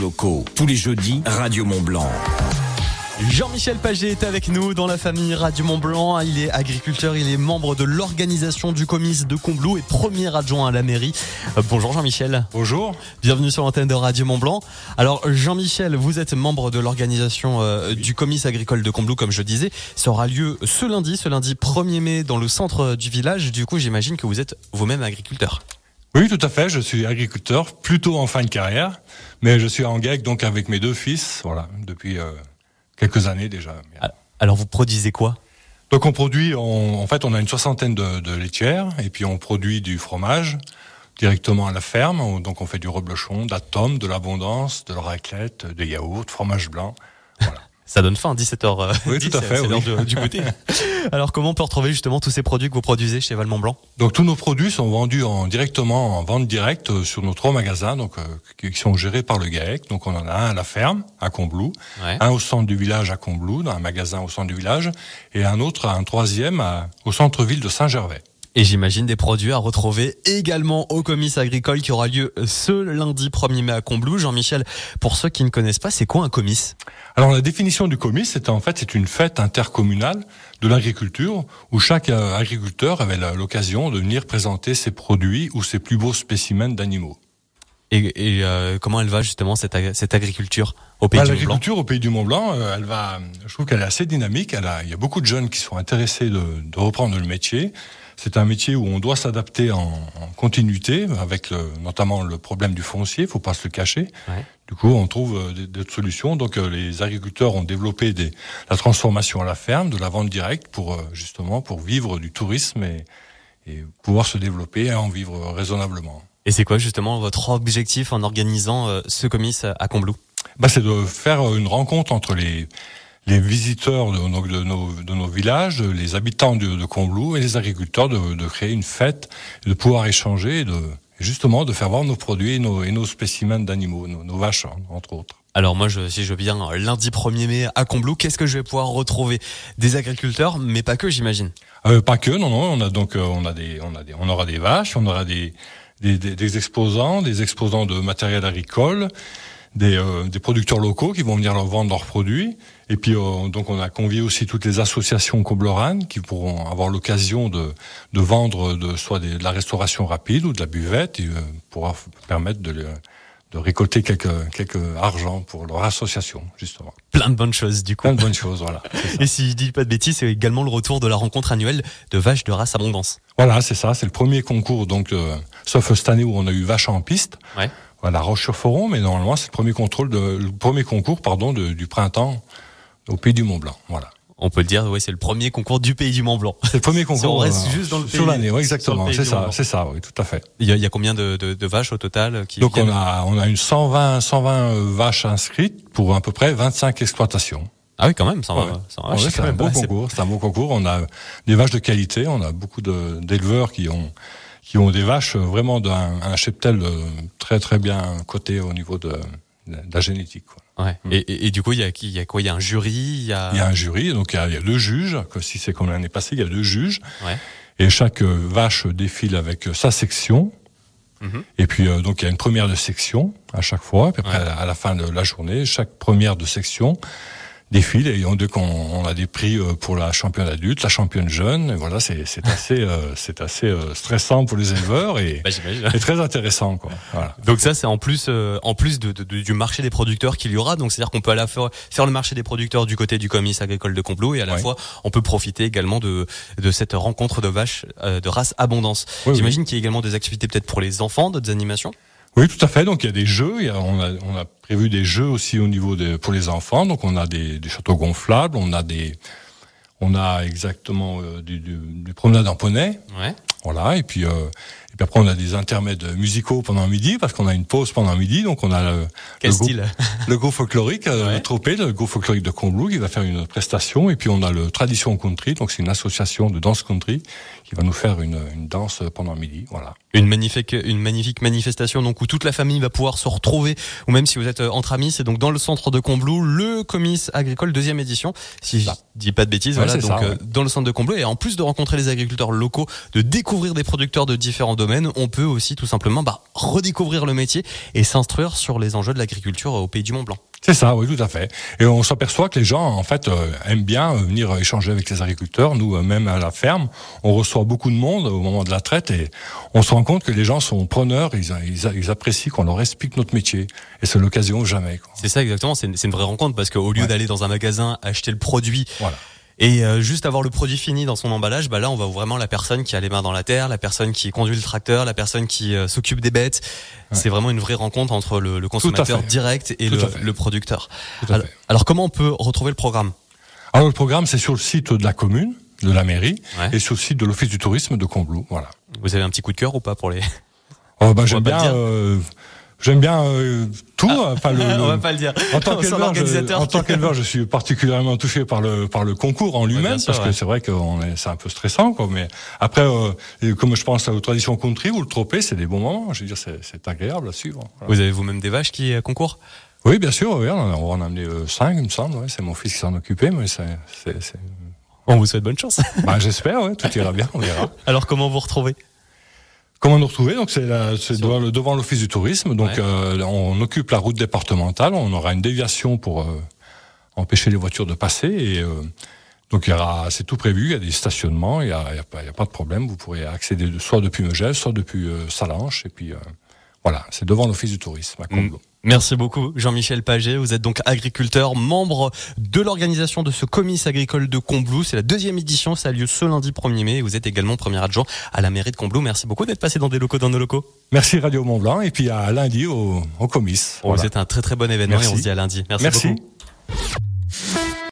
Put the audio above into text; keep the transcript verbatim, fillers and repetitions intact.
locaux. Tous les jeudis, Radio Mont-Blanc. Jean-Michel Paget est avec nous dans la famille Radio Mont-Blanc. Il est agriculteur, il est membre de l'organisation du Comice de Combloux et premier adjoint à la mairie. Euh, bonjour Jean-Michel. Bonjour. Bienvenue sur l'antenne de Radio Mont-Blanc. Alors Jean-Michel, vous êtes membre de l'organisation euh, du Comice agricole de Combloux, comme je disais. Ça aura lieu ce lundi, ce lundi premier mai dans le centre du village. Du coup, j'imagine que vous êtes vous-même agriculteur. Oui, tout à fait. Je suis agriculteur, plutôt en fin de carrière, mais je suis en G A E C donc avec mes deux fils, voilà, depuis euh, quelques années déjà. Alors vous produisez quoi ? Donc on produit, on, en fait, on a une soixantaine de, de laitières et puis on produit du fromage directement à la ferme. Donc on fait du reblochon, de la tome, de l'abondance, de la raclette, des yaourts, fromage blanc. Voilà. Ça donne faim, dix-sept heures. Oui, dix, tout à fait. C'est oui. l'heure du goûter. Alors, comment on peut retrouver justement tous ces produits que vous produisez chez Valmont-Blanc ? Donc, tous nos produits sont vendus en, directement en vente directe euh, sur nos trois magasins, donc euh, qui, qui sont gérés par le G A E C. Donc, on en a un à la ferme, à Combloux, ouais. un au centre du village à Combloux, dans un magasin au centre du village, et un autre, un troisième, à, au centre-ville de Saint-Gervais. Et j'imagine des produits à retrouver également au Comice agricole qui aura lieu ce lundi premier mai à Combloux. Jean-Michel, pour ceux qui ne connaissent pas, c'est quoi un comice ? Alors la définition du comice, c'est en fait c'est une fête intercommunale de l'agriculture où chaque euh, agriculteur avait la, l'occasion de venir présenter ses produits ou ses plus beaux spécimens d'animaux. Et, et euh, comment elle va justement cette, ag- cette agriculture au Pays bah, du Mont-Blanc ? L'agriculture au Pays du Mont-Blanc, euh, elle va, je trouve qu'elle est assez dynamique. Elle a, il y a beaucoup de jeunes qui sont intéressés de, de reprendre le métier. C'est un métier où on doit s'adapter en, en continuité, avec le, notamment le problème du foncier, il faut pas se le cacher. Ouais. Du coup, on trouve d'autres solutions. Donc, euh, les agriculteurs ont développé des, la transformation à la ferme, de la vente directe, pour euh, justement pour vivre du tourisme et, et pouvoir se développer et en vivre raisonnablement. Et c'est quoi justement votre objectif en organisant euh, ce comice à Combloux ? Bah, c'est de faire une rencontre entre les les visiteurs de, donc de, nos, de nos villages, les habitants de, de Combloux et les agriculteurs, de, de créer une fête, de pouvoir échanger, et de, justement de faire voir nos produits et nos, et nos spécimens d'animaux, nos, nos vaches, entre autres. Alors moi, je, si je viens lundi premier mai à Combloux, qu'est-ce que je vais pouvoir retrouver ? Des agriculteurs, mais pas que, j'imagine. Euh, pas que, non, non. On a donc, euh, on a des, on a des, on aura des vaches, on aura des, des, des, des exposants, des exposants de matériel agricole, des, euh, des producteurs locaux qui vont venir leur vendre leurs produits. Et puis euh, donc on a convié aussi toutes les associations combloranes qui pourront avoir l'occasion de, de vendre de, soit des, de la restauration rapide ou de la buvette et euh, pourra permettre de, de récolter quelques, quelques argent pour leur association, justement. Plein de bonnes choses, du coup. Plein de bonnes choses, voilà. Et si je dis pas de bêtises, c'est également le retour de la rencontre annuelle de vaches de race abondance. Voilà, c'est ça. C'est le premier concours, donc, euh, sauf cette année où on a eu vaches en piste. Ouais. Voilà, Roche-sur-Foron, mais normalement c'est le premier contrôle de, le premier concours, pardon, de, du printemps au Pays du Mont-Blanc. Voilà. On peut le dire, oui, c'est le premier concours du Pays du Mont-Blanc. C'est le premier concours. Si on reste euh, juste dans le sur pays, l'année, oui, exactement. le C'est ça, c'est ça, oui, tout à fait. Il y a, il y a combien de, de, de vaches au total qui Donc viennent on a, on a une cent vingt, cent vingt vaches inscrites pour à peu près vingt-cinq exploitations. Ah oui, quand même, ça va. Ouais. Ça va Ouais, c'est c'est un beau concours. C'est un beau concours. On a des vaches de qualité. On a beaucoup de, d'éleveurs qui ont, qui ont des vaches vraiment d'un un cheptel très très bien coté au niveau de, de la génétique, quoi. Ouais. Et, et, et du coup, il y a, il y a quoi ? Il y a un jury, il y a... Il y a un jury, donc il y a, il y a deux juges. Que si c'est comme l'année passée, il y a deux juges. Ouais. Et chaque euh, vache défile avec euh, sa section. Mm-hmm. Et puis euh, donc il y a une première de section à chaque fois. Puis après, Ouais. à la fin de la journée, chaque première de section défile et on, on, on a des prix pour la championne adulte, la championne jeune. Et voilà, c'est, c'est assez, euh, c'est assez euh, stressant pour les éleveurs et, Bah, j'imagine. et très intéressant, quoi. Voilà. Donc ça, c'est en plus, euh, en plus de, de, de, du marché des producteurs qu'il y aura. Donc c'est-à-dire qu'on peut à la fois faire le marché des producteurs du côté du Comice agricole de Combloux et à la Ouais. fois on peut profiter également de de cette rencontre de vaches euh, de race abondance. Oui, J'imagine qu'il y a également des activités peut-être pour les enfants, d'autres animations. Oui, tout à fait. Donc il y a des jeux. Il y a, on a, on a prévu des jeux aussi au niveau des pour les enfants. Donc on a des, des châteaux gonflables, on a des, on a exactement euh, du, du, du promenade en poney. Ouais. Voilà. Et puis, euh, et puis après on a des intermèdes musicaux pendant midi parce qu'on a une pause pendant midi. Donc on a le, Quel le groupe, style? le groupe folklorique, euh, Ouais. le Tropé, le groupe folklorique de Combloux qui va faire une prestation. Et puis on a le Tradition Country. Donc c'est une association de danse country qui va nous faire une, une danse pendant midi. Voilà. Une magnifique, une magnifique manifestation donc où toute la famille va pouvoir se retrouver, ou même si vous êtes euh, entre amis, c'est donc dans le centre de Combloux, le Comice agricole deuxième édition, si je dis pas de bêtises, Ouais, voilà, c'est donc ça, euh, ouais. dans le centre de Combloux, et en plus de rencontrer les agriculteurs locaux, de découvrir des producteurs de différents domaines. domaine, on peut aussi tout simplement bah, redécouvrir le métier et s'instruire sur les enjeux de l'agriculture au Pays du Mont-Blanc. C'est ça, oui, tout à fait. Et on s'aperçoit que les gens, en fait, euh, aiment bien euh, venir échanger avec les agriculteurs. Nous, euh, même à la ferme, on reçoit beaucoup de monde au moment de la traite et on se rend compte que les gens sont preneurs, ils, ils, ils apprécient qu'on leur explique notre métier. Et c'est l'occasion jamais, quoi. C'est ça exactement, c'est une, c'est une vraie rencontre parce qu'au lieu ouais. d'aller dans un magasin acheter le produit, voilà. Et euh, juste avoir le produit fini dans son emballage, bah là on voit vraiment la personne qui a les mains dans la terre, la personne qui conduit le tracteur, la personne qui euh, s'occupe des bêtes. Ouais. C'est vraiment une vraie rencontre entre le, le consommateur direct et le, le producteur. Alors, alors comment on peut retrouver le programme ? Alors le programme c'est sur le site de la commune, de la mairie, ouais. et sur le site de l'office du tourisme de Combloux. Voilà. Vous avez un petit coup de cœur ou pas pour les ? Oh bah j'aime bien. Euh, J'aime bien euh, tout. Ah, enfin, le, on va pas le dire. En tant qu'éleveur, je, en tant qu'éleveur, je suis particulièrement touché par le par le concours en lui-même, ouais, sûr, parce ouais. que c'est vrai que on est, c'est un peu stressant, quoi. Mais après, euh, comme je pense aux traditions country ou le tropé, c'est des bons moments. Je veux dire, c'est, c'est agréable à suivre. Voilà. Vous avez vous-même des vaches qui euh, concourent ? Oui, bien sûr. Oui, on, a, on va en amener euh, cinq, il me semble. Ouais. C'est mon fils qui s'en occupait, mais c'est. c'est, c'est... On vous souhaite bonne chance. Bah, j'espère. Ouais, tout ira bien. On verra. Alors, comment vous retrouvez ? Comment nous retrouver ? Donc c'est, la, c'est devant, le, devant l'office du tourisme. Donc ouais. euh, on occupe la route départementale. On aura une déviation pour euh, empêcher les voitures de passer. Et euh, donc il y aura, c'est tout prévu. Il y a des stationnements. Il y a, il y a, pas, il y a pas de problème. Vous pourrez accéder de, soit depuis Megève, soit depuis euh, Salanches. Et puis euh, voilà, c'est devant l'office du tourisme à Combloux. Mmh. Merci beaucoup Jean-Michel Paget, vous êtes donc agriculteur, membre de l'organisation de ce comice agricole de Combloux. C'est la deuxième édition, ça a lieu ce lundi premier mai et vous êtes également premier adjoint à la mairie de Combloux. Merci beaucoup d'être passé dans des locaux, dans nos locaux. Merci Radio Mont-Blanc et puis à lundi au, au comice. Bon, voilà. C'est un très très bon événement. Merci. Et on se dit à lundi. Merci, Merci. beaucoup.